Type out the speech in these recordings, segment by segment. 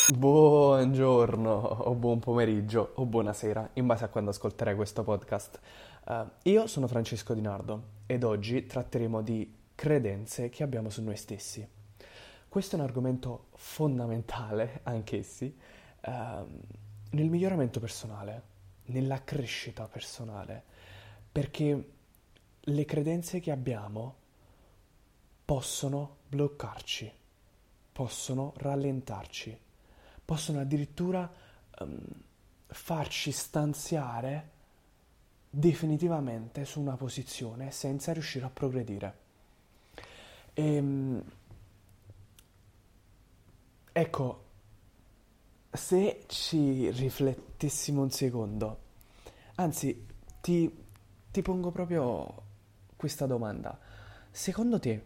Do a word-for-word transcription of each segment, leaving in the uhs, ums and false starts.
Buongiorno, o buon pomeriggio, o buonasera, in base a quando ascolterai questo podcast. Eh, io sono Francesco Di Nardo ed oggi tratteremo di credenze che abbiamo su noi stessi. Questo è un argomento fondamentale, anch'essi, ehm, nel miglioramento personale, nella crescita personale, perché le credenze che abbiamo possono bloccarci, possono rallentarci, possono addirittura ehm, farci stanziare definitivamente su una posizione senza riuscire a progredire. Ehm, ecco, se ci riflettessimo un secondo, anzi, ti, ti pongo proprio questa domanda. Secondo te,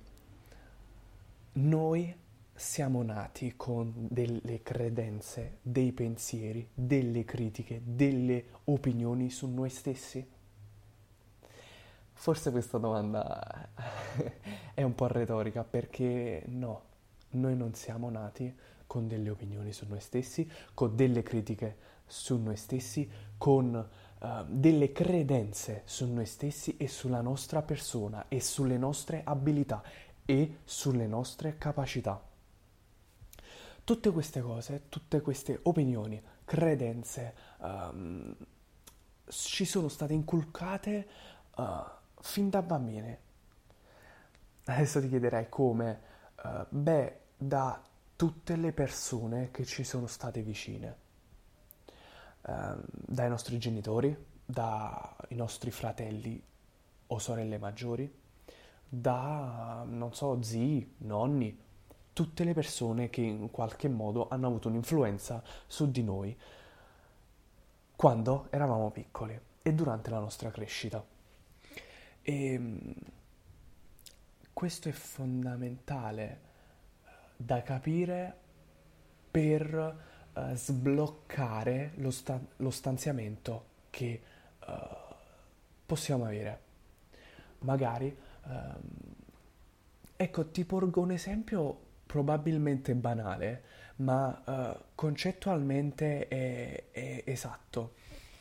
noi siamo nati con delle credenze, dei pensieri, delle critiche, delle opinioni su noi stessi? Forse questa domanda è un po' retorica perché no, noi non siamo nati con delle opinioni su noi stessi, con delle critiche su noi stessi, con eh, delle credenze su noi stessi e sulla nostra persona e sulle nostre abilità e sulle nostre capacità. Tutte queste cose, tutte queste opinioni, credenze, ehm, ci sono state inculcate eh, fin da bambini. Adesso ti chiederai come? Eh, beh, da tutte le persone che ci sono state vicine, Ehm, dai nostri genitori, dai nostri fratelli o sorelle maggiori, da, non so, zii, nonni, tutte le persone che in qualche modo hanno avuto un'influenza su di noi quando eravamo piccoli e durante la nostra crescita. E mh, questo è fondamentale eh, da capire per eh, sbloccare lo, sta- lo stanziamento che eh, possiamo avere. Magari, ehm, ecco, ti porgo un esempio probabilmente banale, ma eh, concettualmente è, è esatto.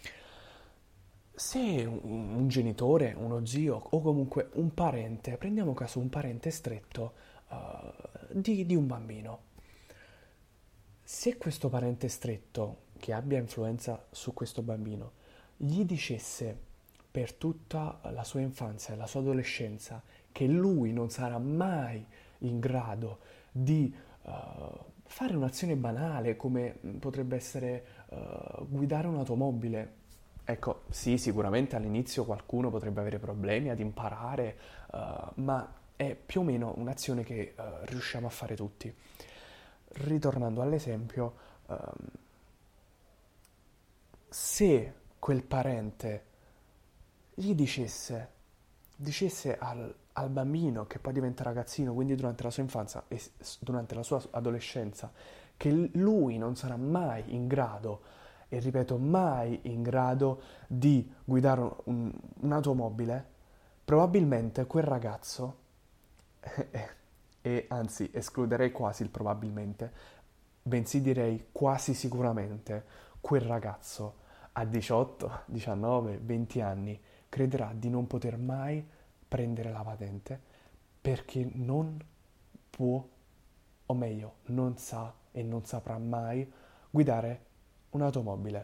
Se un, un genitore, uno zio o comunque un parente, prendiamo caso un parente stretto eh, di, di un bambino, se questo parente stretto che abbia influenza su questo bambino gli dicesse per tutta la sua infanzia e la sua adolescenza che lui non sarà mai in grado di uh, fare un'azione banale come potrebbe essere uh, guidare un'automobile. Ecco, sì, sicuramente all'inizio qualcuno potrebbe avere problemi ad imparare, uh, ma è più o meno un'azione che uh, riusciamo a fare tutti. Ritornando all'esempio, um, se quel parente gli dicesse, dicesse al, al bambino che poi diventa ragazzino, quindi durante la sua infanzia e s- durante la sua adolescenza, che l- lui non sarà mai in grado, e ripeto, mai in grado di guidare un- un- un'automobile, probabilmente quel ragazzo, e anzi escluderei quasi il probabilmente, bensì direi quasi sicuramente, quel ragazzo a diciotto, diciannove, venti anni crederà di non poter mai prendere la patente perché non può, o meglio, non sa e non saprà mai guidare un'automobile.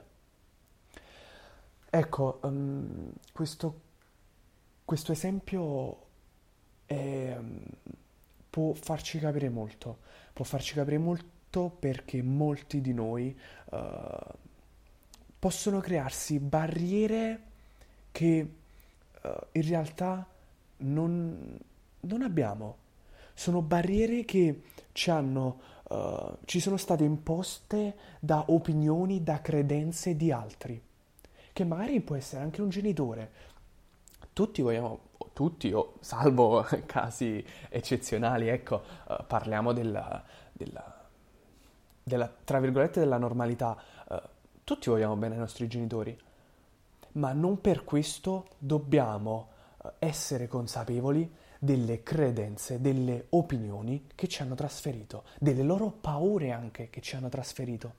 Ecco, um, questo, questo esempio è, um, può farci capire molto, può farci capire molto perché molti di noi uh, possono crearsi barriere che uh, in realtà non, non abbiamo. Sono barriere che ci hanno, uh, ci sono state imposte da opinioni, da credenze di altri, che magari può essere anche un genitore. Tutti vogliamo, o tutti, o salvo casi eccezionali, ecco, uh, parliamo della, della, della, tra virgolette, della normalità. Uh, tutti vogliamo bene ai nostri genitori, ma non per questo dobbiamo eh, essere consapevoli delle credenze, delle opinioni che ci hanno trasferito, delle loro paure anche che ci hanno trasferito.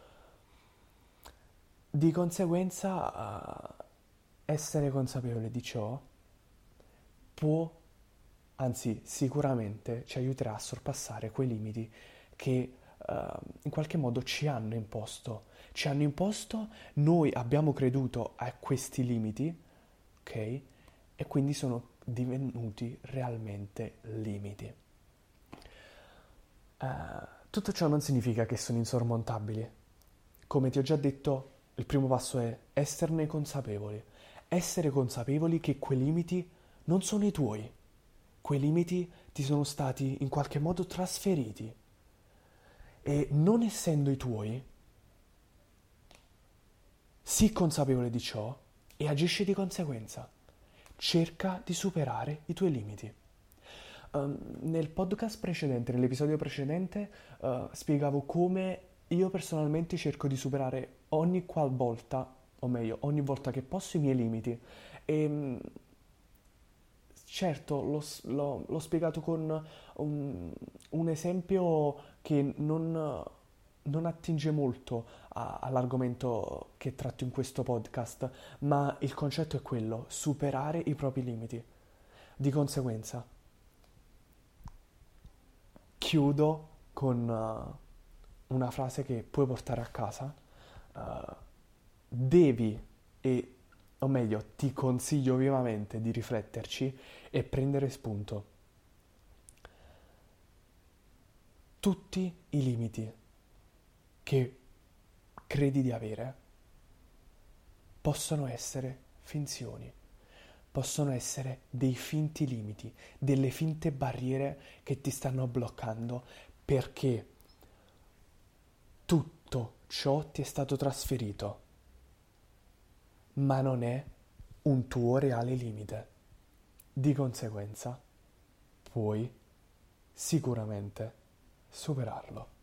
Di conseguenza, eh, essere consapevole di ciò può, anzi sicuramente ci aiuterà a sorpassare quei limiti che eh, in qualche modo ci hanno imposto. Ci hanno imposto, noi abbiamo creduto a questi limiti, ok? E quindi sono divenuti realmente limiti. Eh, tutto ciò non significa che sono insormontabili. Come ti ho già detto, il primo passo è esserne consapevoli. Essere consapevoli che quei limiti non sono i tuoi. Quei limiti ti sono stati in qualche modo trasferiti. E non essendo i tuoi, sii consapevole di ciò e agisci di conseguenza. Cerca di superare i tuoi limiti. Um, nel podcast precedente, nell'episodio precedente, uh, spiegavo come io personalmente cerco di superare ogni qualvolta, o meglio, ogni volta che posso i miei limiti. E um, certo, l'ho, l'ho- l'ho spiegato con un, un esempio che non, non attinge molto a- all'argomento che tratto in questo podcast, ma il concetto è quello, superare i propri limiti. Di conseguenza, chiudo con uh, una frase che puoi portare a casa. Uh, devi, e, o meglio, ti consiglio vivamente di rifletterci e prendere spunto. Tutti i limiti che credi di avere possono essere finzioni, possono essere dei finti limiti, delle finte barriere che ti stanno bloccando perché tutto ciò ti è stato trasferito, ma non è un tuo reale limite. Di conseguenza, puoi sicuramente superarlo.